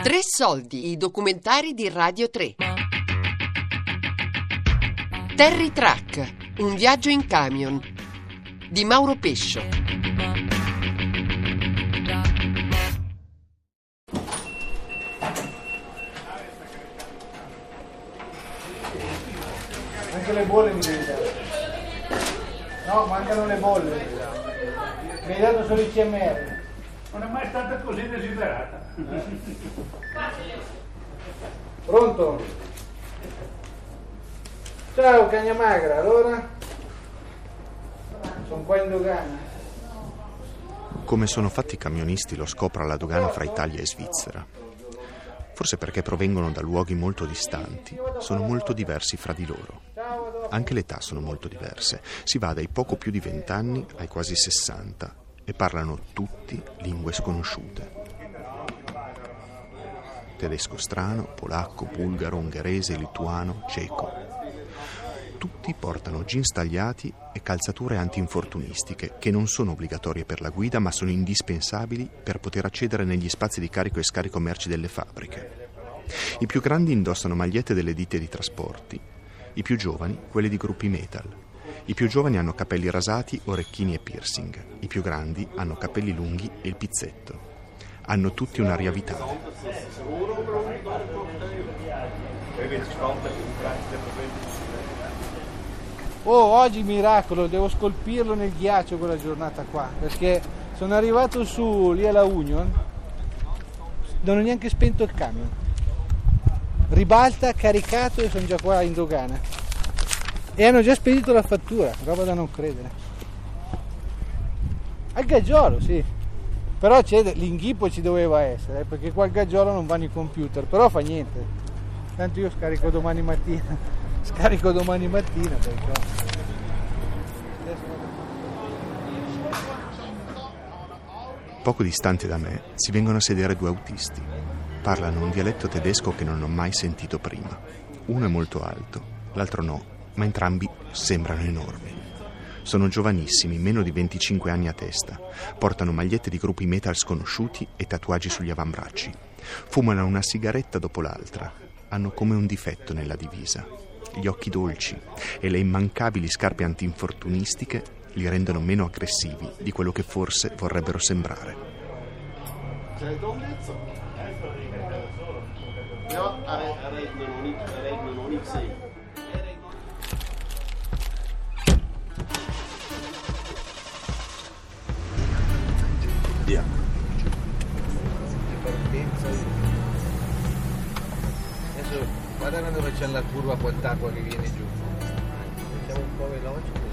Tre soldi, i documentari di Radio 3. Terry Track, un viaggio in camion, di Mauro Pescio. Anche le bolle mi devi dare. No, mancano le bolle. Mi hai dato solo i CMR. Non è mai stata così desiderata. Pronto? Ciao Cagnamagra, allora? Sono qua in dogana. Come sono fatti i camionisti lo scopre alla dogana fra Italia e Svizzera. Forse perché provengono da luoghi molto distanti, sono molto diversi fra di loro. Anche le età sono molto diverse. Si va dai poco più di 20 anni ai quasi 60 e parlano tutti lingue sconosciute. Tedesco strano, polacco, bulgaro, ungherese, lituano, ceco. Tutti portano jeans tagliati e calzature antinfortunistiche che non sono obbligatorie per la guida ma sono indispensabili per poter accedere negli spazi di carico e scarico merci delle fabbriche. I più grandi indossano magliette delle ditte di trasporti, i più giovani quelle di gruppi metal. I più giovani hanno capelli rasati, orecchini e piercing. I più grandi hanno capelli lunghi e il pizzetto. Hanno tutti un'aria vitale. Oh, oggi miracolo, devo scolpirlo nel ghiaccio quella giornata qua, perché sono arrivato su lì alla Union, non ho neanche spento il camion. Ribalta, caricato e sono già qua in dogana. E hanno già spedito la fattura, roba da non credere. Al Gaggiolo, sì. Però l'inghippo ci doveva essere, perché qua al Gaggiolo non vanno i computer, però fa niente. Tanto io scarico domani mattina. Perché... Poco distante da me si vengono a sedere due autisti. Parlano un dialetto tedesco che non ho mai sentito prima. Uno è molto alto, l'altro no, ma entrambi sembrano enormi. Sono giovanissimi, meno di 25 anni a testa. Portano magliette di gruppi metal sconosciuti e tatuaggi sugli avambracci. Fumano una sigaretta dopo l'altra. Hanno come un difetto nella divisa. Gli occhi dolci e le immancabili scarpe antinfortunistiche li rendono meno aggressivi di quello che forse vorrebbero sembrare. Via. Adesso guarda quando facciamo la curva quant'acqua che viene giù. Facciamo un po' veloce così.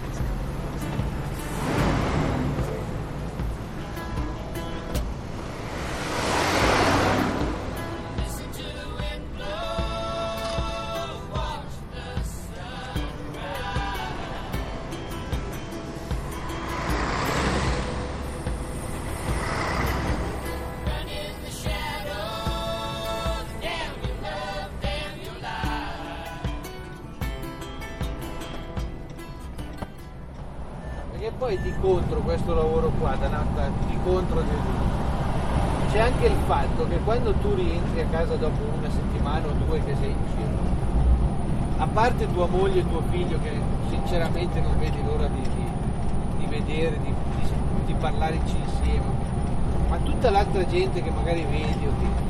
E poi di contro questo lavoro qua, di contro c'è anche il fatto che quando tu rientri a casa dopo una settimana o due che sei in giro, a parte tua moglie e tuo figlio che sinceramente non vedi l'ora di vedere, di parlarci insieme, ma tutta l'altra gente che magari vedi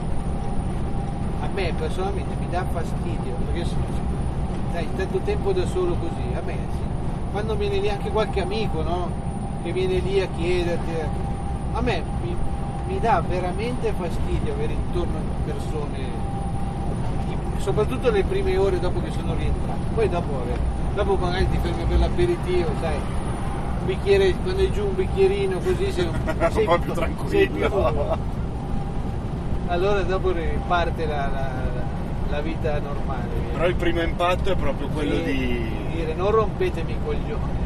a me personalmente mi dà fastidio, perché dai, tanto tempo da solo così, a me sì. Quando viene lì anche qualche amico, no? Che viene lì a chiederti, a me mi dà veramente fastidio avere intorno persone, soprattutto le prime ore dopo che sono rientrato. Poi dopo magari ti fermi per l'aperitivo, sai, un bicchiere, quando è giù un bicchierino così sei un po' più tranquillo. Allora dopo parte la vita normale. Però il primo impatto è proprio quello di dire non rompetemi i coglioni.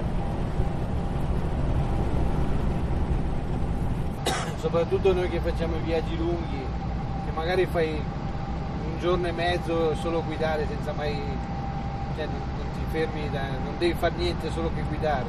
Soprattutto noi che facciamo i viaggi lunghi, che magari fai un giorno e mezzo solo guidare senza mai, cioè non ti fermi, non devi fare niente, solo che guidare.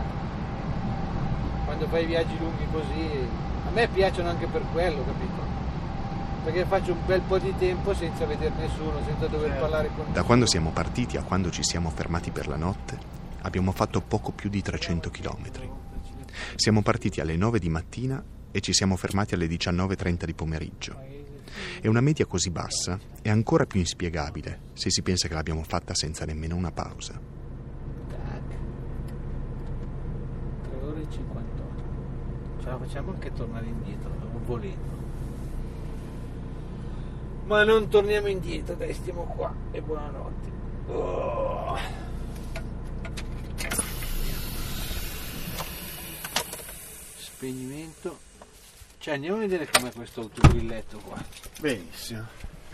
Quando fai viaggi lunghi così, a me piacciono anche per quello, capito? perché faccio un bel po' di tempo senza vedere nessuno, senza dover parlare con nessuno. Da quando siamo partiti a quando ci siamo fermati per la notte, abbiamo fatto poco più di 300 chilometri. Siamo partiti alle 9 di mattina e ci siamo fermati alle 19:30 di pomeriggio. E una media così bassa è ancora più inspiegabile se si pensa che l'abbiamo fatta senza nemmeno una pausa. 3 ore e 58. Ce la facciamo anche tornare indietro, volendo. Ma non torniamo indietro, dai, stiamo qua e buonanotte. Oh. Spegnimento. Cioè, andiamo a vedere com'è questo autogrilletto qua. Benissimo.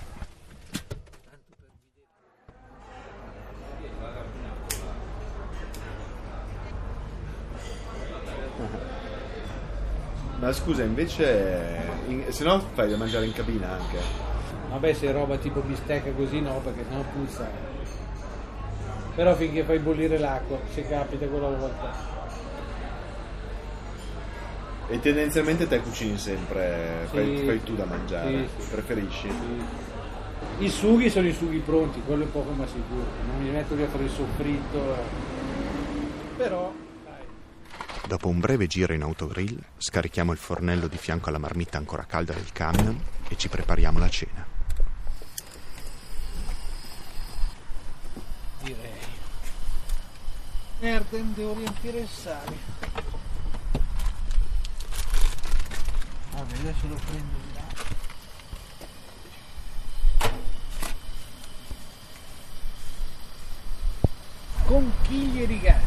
Ma scusa, invece, se no fai da mangiare in cabina anche. Vabbè, se è roba tipo bistecca così no, perché sennò puzza. Però finché fai bollire l'acqua, se capita quella volta. E tendenzialmente te cucini sempre, Sì. fai tu da mangiare, Sì. preferisci? Sì. I sughi sono i sughi pronti, quello è poco ma sicuro. Non mi metto lì a fare il soffritto. Però, dai. Dopo un breve giro in autogrill, scarichiamo il fornello di fianco alla marmitta ancora calda del camion e ci prepariamo la cena. Direi. Merda, devo riempire il sale. Vabbè, adesso lo prendo di là. Conchiglie rigate.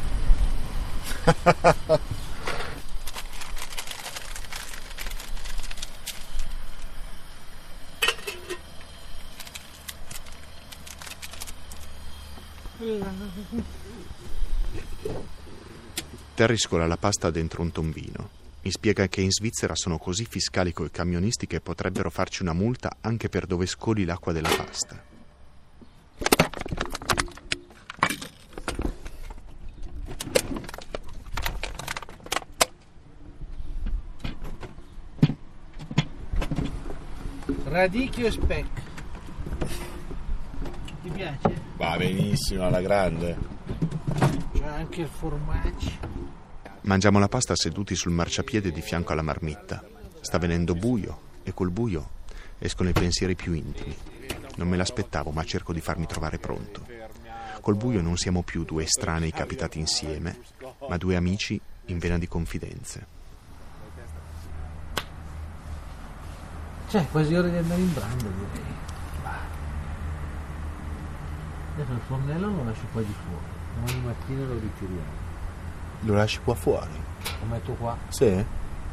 Terry scola la pasta dentro un tombino. Mi spiega che in Svizzera sono così fiscali coi camionisti che potrebbero farci una multa anche per dove scoli l'acqua della pasta. Radicchio e speck. Ti piace? Va benissimo, alla grande. C'è anche il formaggio. Mangiamo la pasta seduti sul marciapiede di fianco alla marmitta. Sta venendo buio e col buio escono i pensieri più intimi. Non me l'aspettavo, ma cerco di farmi trovare pronto. Col buio non siamo più due estranei capitati insieme, ma due amici in vena di confidenze. Cioè, quasi ora di andare in branda, direi. Adesso il fornello lo lascio qua di fuori. Domani mattina lo ritiriamo. Lo lasci qua fuori? Lo metto qua. Sì?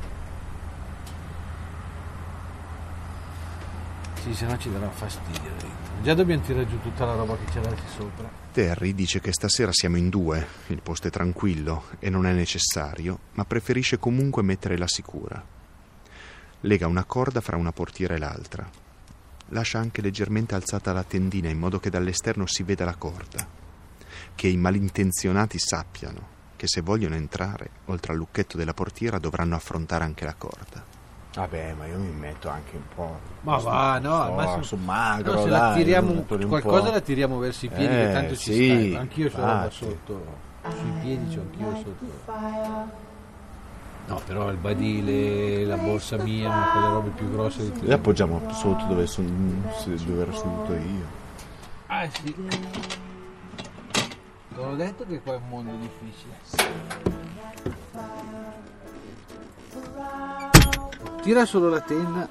Sì, se no ci darà fastidio dentro. Già dobbiamo tirare giù tutta la roba che c'era lì sopra. Terry dice che stasera siamo in due, il posto è tranquillo e non è necessario, ma preferisce comunque mettere la sicura. Lega una corda fra una portiera e l'altra. Lascia anche leggermente alzata la tendina in modo che dall'esterno si veda la corda. Che i malintenzionati sappiano che se vogliono entrare, oltre al lucchetto della portiera, dovranno affrontare anche la corda. Vabbè, ma io mi metto anche un po'. Ma va, no, al massimo. Sono magro, No, se dai, la tiriamo un qualcosa po'. la tiriamo verso i piedi, che tanto ci sì, sta. Anch'io sono roba infatti. sotto. Sui piedi c'ho anch'io sotto. No, però il badile, la borsa mia, ma quelle robe più grosse le Le tiriamo. appoggiamo sotto dove ero seduto io. Ah sì. Te l'ho detto che qua è un mondo difficile. Tira solo la tenda.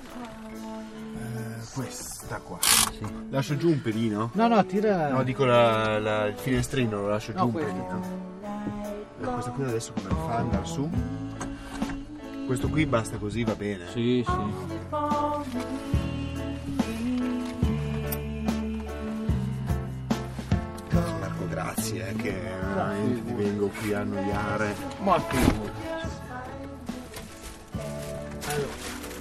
Questa qua. Sì. Lascio giù un pelino? No, tira. No, dico il finestrino, lo lascio giù No, un questo. pelino. Questo qui adesso come lo fa? Andare su? Questo qui basta così, va bene? Sì, sì. Marco, grazie, che veramente ti vengo qui a annoiare. Ma figurati. Allora.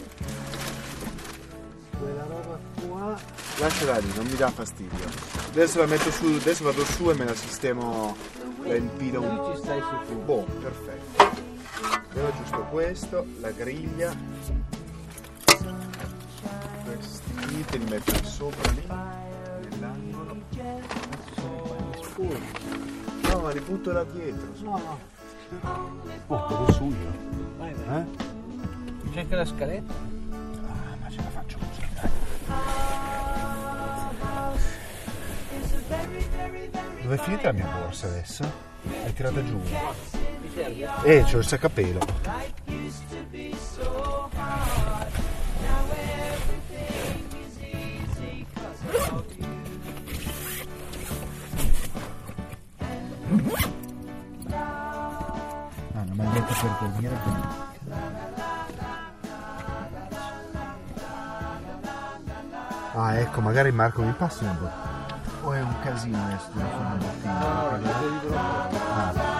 Quella roba qua. Lasciala lì, non mi dà fastidio. Adesso la metto su, adesso vado su e me la sistemo, la impido un po'. Ci stai sicuro. Boh, perfetto. Devo giusto questo, la griglia. così, te li metto sopra lì, nell'angolo. No, ma li butto là dietro. No. Oh, quello suyo. Vai. Eh? C'è anche la scaletta? Ah, ma ce la faccio così, dai. Dove è finita la mia borsa adesso? Hai tirato giù? Mi serve? C'ho il saccapelo. Una maglietta per dormire bene. Ah, ecco, magari Marco mi passi una bottiglia. O è un casino adesso devo fare una bottiglia? No, devi provare.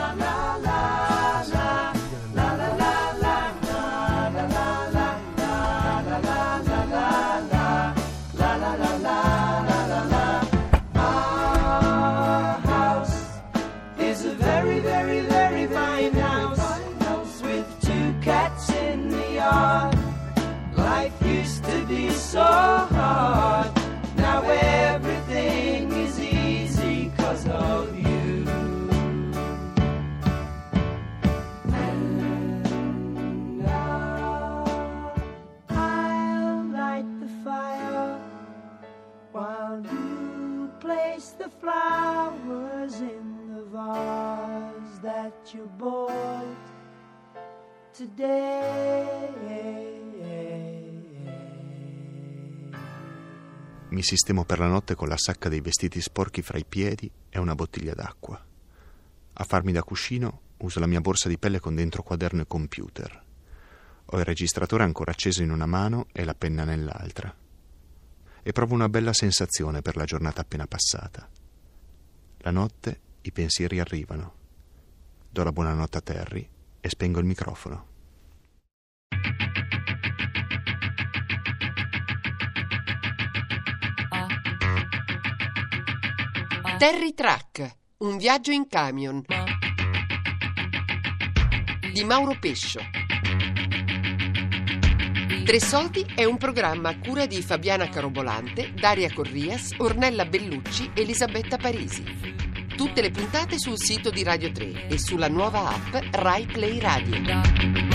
So hard. Now everything is easy 'cause of you. And now I'll light the fire while you place the flowers in the vase that you bought today. Mi sistemo per la notte con la sacca dei vestiti sporchi fra i piedi e una bottiglia d'acqua. A farmi da cuscino uso la mia borsa di pelle con dentro quaderno e computer. Ho il registratore ancora acceso in una mano e la penna nell'altra. E provo una bella sensazione per la giornata appena passata. La notte i pensieri arrivano. Do la buonanotte a Terry e spengo il microfono. Terry Track, un viaggio in camion di Mauro Pescio. Tre Soldi è un programma a cura di Fabiana Carobolante, Daria Corrias, Ornella Bellucci, Elisabetta Parisi. Tutte le puntate sul sito di Radio 3 e sulla nuova app Rai Play Radio.